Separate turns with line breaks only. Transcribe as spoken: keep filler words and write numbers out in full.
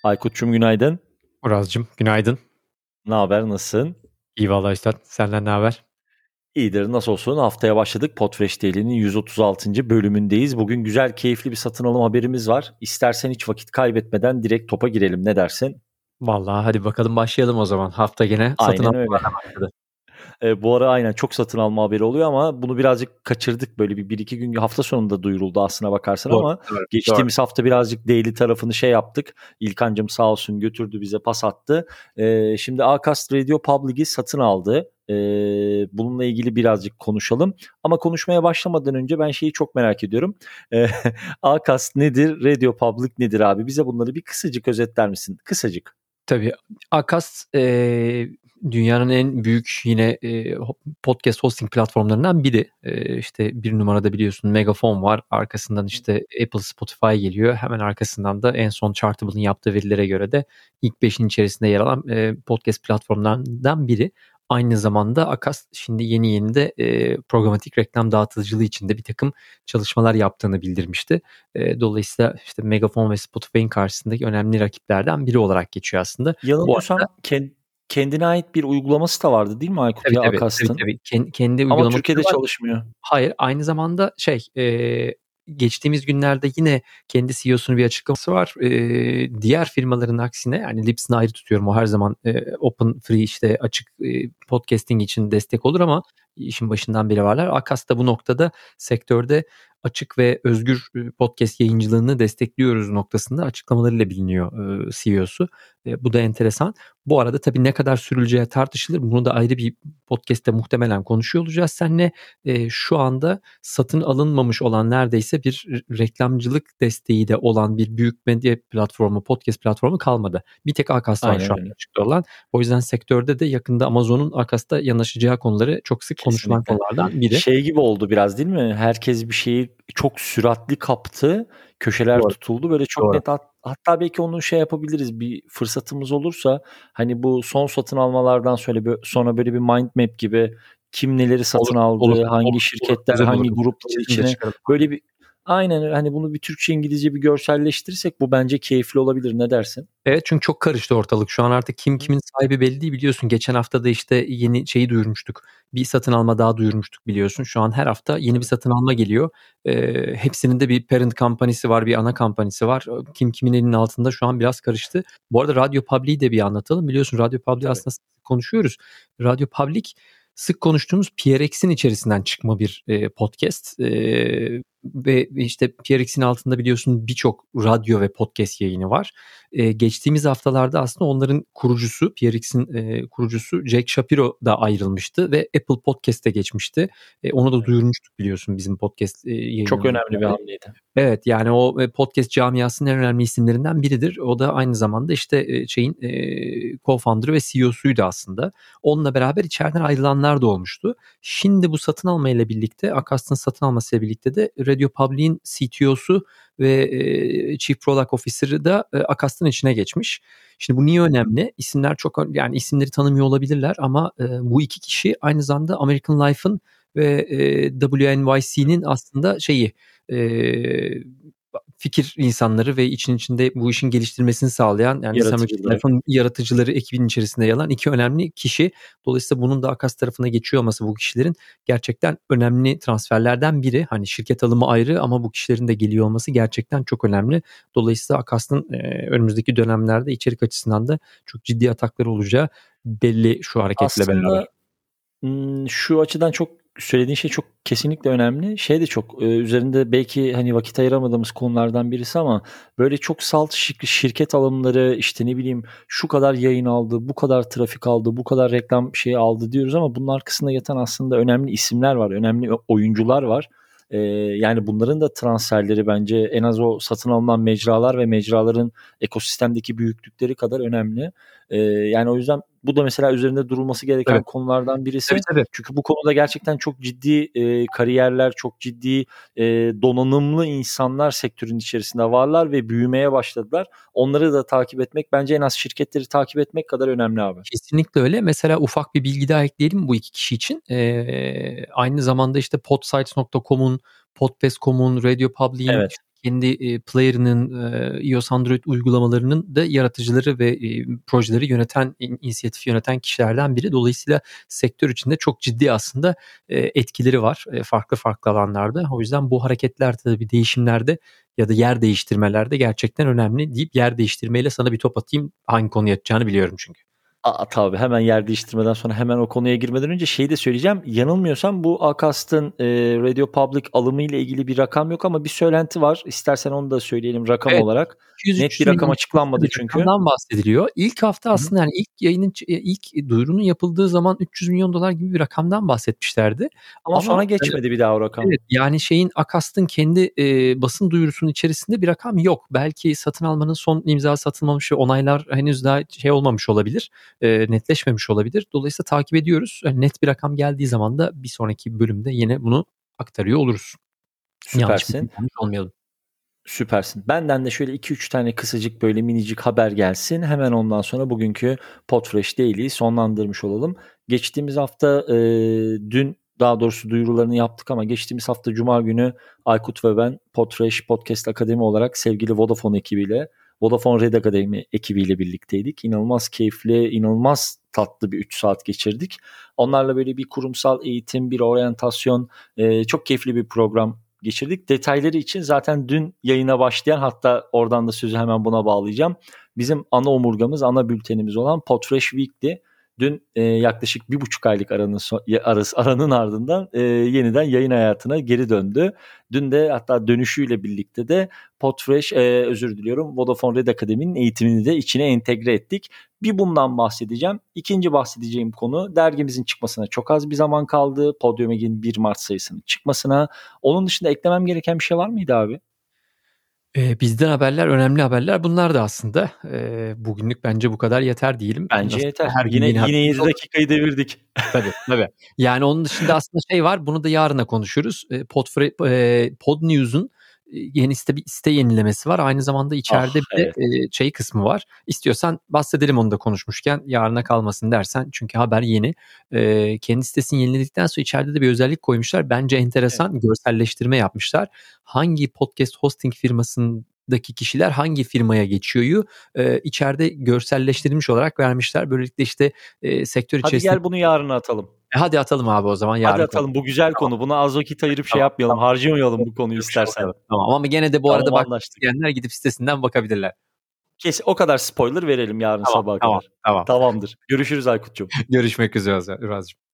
Aykut'cum günaydın.
Uraz'cığım günaydın.
Ne haber, nasılsın?
İyi vallahi üstad. Senden ne haber?
İyidir, nasıl olsun? Haftaya başladık. Podfresh Daily'nin yüz otuz altıncı bölümündeyiz. Bugün güzel, keyifli bir satın alım haberimiz var. İstersen hiç vakit kaybetmeden direkt topa girelim. Ne dersin?
Vallahi hadi bakalım başlayalım o zaman. Hafta gene satın
Aynen öyle.
almalarla başladı.
E, bu ara aynen çok satın alma haberi oluyor ama bunu birazcık kaçırdık. Böyle bir, bir iki gün hafta sonunda duyuruldu aslına bakarsan
Doğru,
ama
doğru, doğru.
geçtiğimiz hafta birazcık daily tarafını şey yaptık. İlkancım sağ olsun götürdü bize pas attı. E, şimdi Acast Radio Public'i satın aldı. E, bununla ilgili birazcık konuşalım. Ama konuşmaya başlamadan önce ben şeyi çok merak ediyorum. E, Acast nedir? Radio Public nedir abi? Bize bunları bir kısacık özetler misin? Kısacık.
Tabii Acast e, dünyanın en büyük yine e, podcast hosting platformlarından biri. E, işte bir numarada biliyorsun Megaphone var. Arkasından işte Apple, Spotify geliyor. Hemen arkasından da en son Chartable'ın yaptığı verilere göre de ilk beşin içerisinde yer alan e, podcast platformlarından biri. Aynı zamanda Acast şimdi yeni yeni de e, programatik reklam dağıtıcılığı için de bir takım çalışmalar yaptığını bildirmişti. E, dolayısıyla işte Megaphone ve Spotify'ın karşısındaki önemli rakiplerden biri olarak geçiyor aslında. Bu arada
Yanılmıyorsam kend, kendine ait bir uygulaması da vardı değil mi Aykut
tabii
ya
tabii tabii
Acast'ın?
tabii Ken- kendi
Ama
uygulaması
Türkiye'de
var.
çalışmıyor.
Hayır, aynı zamanda şey e, geçtiğimiz günlerde yine kendi C E O'sunun bir açıklaması var. E, diğer firmaların aksine yani Libsyn'i ayrı tutuyorum. O her zaman e, open free işte açık e, podcasting için destek olur ama işin başından beri varlar. Acast da bu noktada sektörde açık ve özgür e, podcast yayıncılığını destekliyoruz noktasında açıklamalarıyla biliniyor e, C E O'su. E, bu da enteresan. Bu arada tabii ne kadar sürüleceği tartışılır. Bunu da ayrı bir podcast'te muhtemelen konuşuyor olacağız seninle. E, şu anda satın alınmamış olan neredeyse bir reklamcılık desteği de olan bir büyük medya platformu, podcast platformu kalmadı. Bir tek Acast var şu
Aynen
an
öyle.
açıkta olan. O yüzden sektörde de yakında Amazon'un Acast'a yanaşacağı konuları çok sık konuşulan
Kesinlikle.
konulardan biri.
Şey gibi oldu biraz değil mi? Herkes bir şeyi çok süratli kaptı. Köşeler
Doğru,
tutuldu. Böyle çok
doğru.
net hat- hatta belki onu şey yapabiliriz. Bir fırsatımız olursa hani bu son satın almalardan sonra sonra böyle bir mind map gibi kim neleri
Olur,
satın
olur,
aldı, hangi
olur, olur.
şirketler,
Güzel olur.
hangi
Bunun
grupları
listesini de
içine
çıkaralım.
böyle bir aynen öyle. Hani bunu bir Türkçe İngilizce bir görselleştirirsek bu bence keyifli olabilir. Ne dersin?
Evet, çünkü çok karıştı ortalık. Şu an artık kim
Hı.
kimin sahibi belli değil biliyorsun. Geçen hafta da işte yeni şeyi duyurmuştuk. Bir satın alma daha duyurmuştuk biliyorsun. Şu an her hafta yeni bir
Tabii.
satın alma geliyor. Eee, hepsinin de bir parent kampanisi var, bir ana kampanisi var. Kim kimin elinin altında şu an biraz karıştı. Bu arada Radio Public'i de bir anlatalım. Biliyorsun Radio Public
Tabii.
aslında sık konuşuyoruz. Radio Public sık konuştuğumuz P R X'in içerisinden çıkma bir e, podcast. E, ve işte P R X'in altında biliyorsun birçok radyo ve podcast yayını var. E, geçtiğimiz haftalarda aslında onların kurucusu, P R X'in e, kurucusu Jack Shapiro da ayrılmıştı ve Apple Podcast'e geçmişti. E, onu da
Evet.
duyurmuştuk biliyorsun bizim podcast e,
Çok
yayınımızda.
önemli bir hamleydi.
Evet, yani o e, podcast camiasının en önemli isimlerinden biridir. O da aynı zamanda işte e, şeyin e, co-founder'ı ve C E O'suydu aslında. Onunla beraber içeriden ayrılanlar da olmuştu. Şimdi bu satın almayla birlikte, Acast'ın satın almasıyla birlikte de Radio Public'in C T O'su ve e, Chief Product Officer'ı da e, Acast'ın içine geçmiş. Şimdi bu niye önemli? İsimler çok yani isimleri tanımıyor olabilirler ama e, bu iki kişi aynı zamanda American Life'ın ve e, W N Y C'nin aslında şeyi e, fikir insanları ve için içinde bu işin geliştirmesini sağlayan yani
Yaratıcıları.
American yaratıcıları ekibinin içerisinde yer alan iki önemli kişi. Dolayısıyla bunun da Acast tarafına geçiyor olması bu kişilerin gerçekten önemli transferlerden biri. Hani şirket alımı ayrı ama bu kişilerin de geliyor olması gerçekten çok önemli. Dolayısıyla Acast'ın e, önümüzdeki dönemlerde içerik açısından da çok ciddi atakları olacağı belli şu hareketle beraber.
Aslında Imm, şu açıdan çok söylediğin şey çok kesinlikle önemli. Şey de çok, eee, üzerinde belki, hani, vakit ayıramadığımız konulardan birisi ama böyle çok salt şik şirket alımları, işte, ne bileyim, şu kadar yayın aldı, bu kadar trafik aldı, bu kadar reklam şeyi aldı diyoruz ama bunun arkasında yatan aslında önemli isimler var, önemli o oyuncular var. Eee, yani bunların da transferleri bence en az o satın alınan mecralar ve mecraların ekosistemdeki büyüklükleri kadar önemli. Eee, yani o yüzden bu da mesela üzerinde durulması gereken
Tabii.
konulardan
Tabii,
birisi.
tabii.
Çünkü bu konuda gerçekten çok ciddi, eee, kariyerler, çok ciddi, eee, donanımlı insanlar sektörün içerisinde varlar ve büyümeye başladılar. Onları da takip etmek bence en az şirketleri takip etmek kadar önemli abi.
Kesinlikle öyle. Mesela ufak bir bilgi daha ekleyelim bu iki kişi için. Eee, aynı zamanda işte podsites nokta com'un, podfest nokta com'un, Radio Public'in
Evet.
kendi, eee, player'ının, eee, iOS, Android uygulamalarının da yaratıcıları ve, eee, projeleri yöneten, in inisiyatifi yöneten kişilerden biri. Dolayısıyla sektör içinde çok ciddi aslında, eee, etkileri var, eee, farklı farklı alanlarda. O yüzden bu hareketler tabii değişimlerde ya da yer değiştirmelerde gerçekten önemli deyip yer değiştirmeyle sana bir top atayım. Hangi konuyu açacağını biliyorum çünkü.
A, tabii hemen yer değiştirmeden sonra hemen o konuya girmeden önce şeyi de söyleyeceğim. Yanılmıyorsam bu Acast'ın, eee, Radio Public alımı ile ilgili bir rakam yok ama bir söylenti var. İstersen onu da söyleyelim rakam
Evet,
olarak.
iki yüz üç
Net bir
yüz
rakam
milyon
açıklanmadı
bir
çünkü.
rakamdan bahsediliyor. İlk hafta
Hı hı.
aslında, yani, ilk yayının ç ilk duyurunun yapıldığı zaman üç yüz milyon dolar gibi bir rakamdan bahsetmişlerdi.
Ama
Ama,
sonra
eee,
geçmedi bir daha o rakam.
evet, yani, şeyin Acast'ın kendi, eee, basın duyurusunun içerisinde bir rakam yok. Belki satın almanın son imzası atılmamış ve onaylar henüz daha şey olmamış olabilir, eee, netleşmemiş olabilir. Dolayısıyla takip ediyoruz. Hani, net bir rakam geldiği zaman da bir sonraki bölümde yine bunu aktarıyor oluruz. Yanlış bilgi
Süpersin.
vermiş olmayalım.
Süpersin. Benden de şöyle iki üç tane kısacık böyle minicik haber gelsin. Hemen ondan sonra bugünkü Podfresh Daily'yi sonlandırmış olalım. Geçtiğimiz hafta, eee, dün daha doğrusu duyurularını yaptık ama geçtiğimiz hafta cuma günü Aykut ve ben Podfresh Podcast Akademi olarak sevgili Vodafone ekibiyle, Vodafone Red Akademi ekibiyle birlikteydik. İnanılmaz keyifli, inanılmaz tatlı bir üç saat geçirdik. Onlarla böyle bir kurumsal eğitim, bir oryantasyon, eee, çok keyifli bir program geçirdik. Detayları için zaten dün yayına başlayan, hatta oradan da sözü hemen buna bağlayacağım. Bizim ana omurgamız, ana bültenimiz olan Podfresh Weekly. Dün e, yaklaşık bir buçuk aylık aranın, so- arası, aranın ardından e, yeniden yayın hayatına geri döndü. Dün de hatta dönüşüyle birlikte de Podfresh, e, özür diliyorum, Vodafone Red Akademi'nin eğitimini de içine entegre ettik. Bir bundan bahsedeceğim. İkinci bahsedeceğim konu, dergimizin çıkmasına çok az bir zaman kaldı. Podium Ege'nin bir Mart sayısının çıkmasına. Onun dışında eklemem gereken bir şey var mıydı abi?
Eee, bizden haberler, önemli haberler bunlar da aslında. Eee, bugünlük bence bu kadar yeter diyelim.
Bence
Nasılsa
yeter.
her gün
Yine
yeni
yine
haberimiz
yedi
olur.
dakikayı devirdik.
Tabii, tabii. Yani onun dışında aslında şey var, bunu da yarına konuşuruz. Eee, Podfre eee, Podnews'un, eee, yeni site bir site yenilemesi var. Aynı zamanda
Ah,
içeride bir de,
evet.
eee, şey kısmı var. İstiyorsan bahsedelim onu da konuşmuşken, yarına kalmasın dersen. Çünkü haber yeni. Eee, kendi sitesini yeniledikten sonra içeride de bir özellik koymuşlar. Bence
Evet.
enteresan, görselleştirme yapmışlar. Hangi podcast hosting firmasındaki kişiler hangi firmaya geçiyor'yu eee, içeride görselleştirilmiş olarak vermişler. Böylelikle işte, eee, sektör
Hadi
içerisinde.
gel bunu yarına atalım.
E, hadi atalım abi o zaman
Hadi
yarın
atalım.
konuşuruz.
Bu güzel
Tamam,
konu. Buna az vakit ayırıp şey
tamam,
yapmayalım,
tamam.
harcamayalım
Yok,
bu konuyu istersen.
görüşürüz. Tamam ama gene de bu arada
Tamam,
bakmak
anlaştık.
isteyenler gidip sitesinden bakabilirler.
Kes o kadar spoiler verelim yarın
Tamam,
sabaha
tamam,
kadar.
tamam.
Tamamdır. Görüşürüz Aykut'cum.
Görüşmek üzere Uraz'cığım.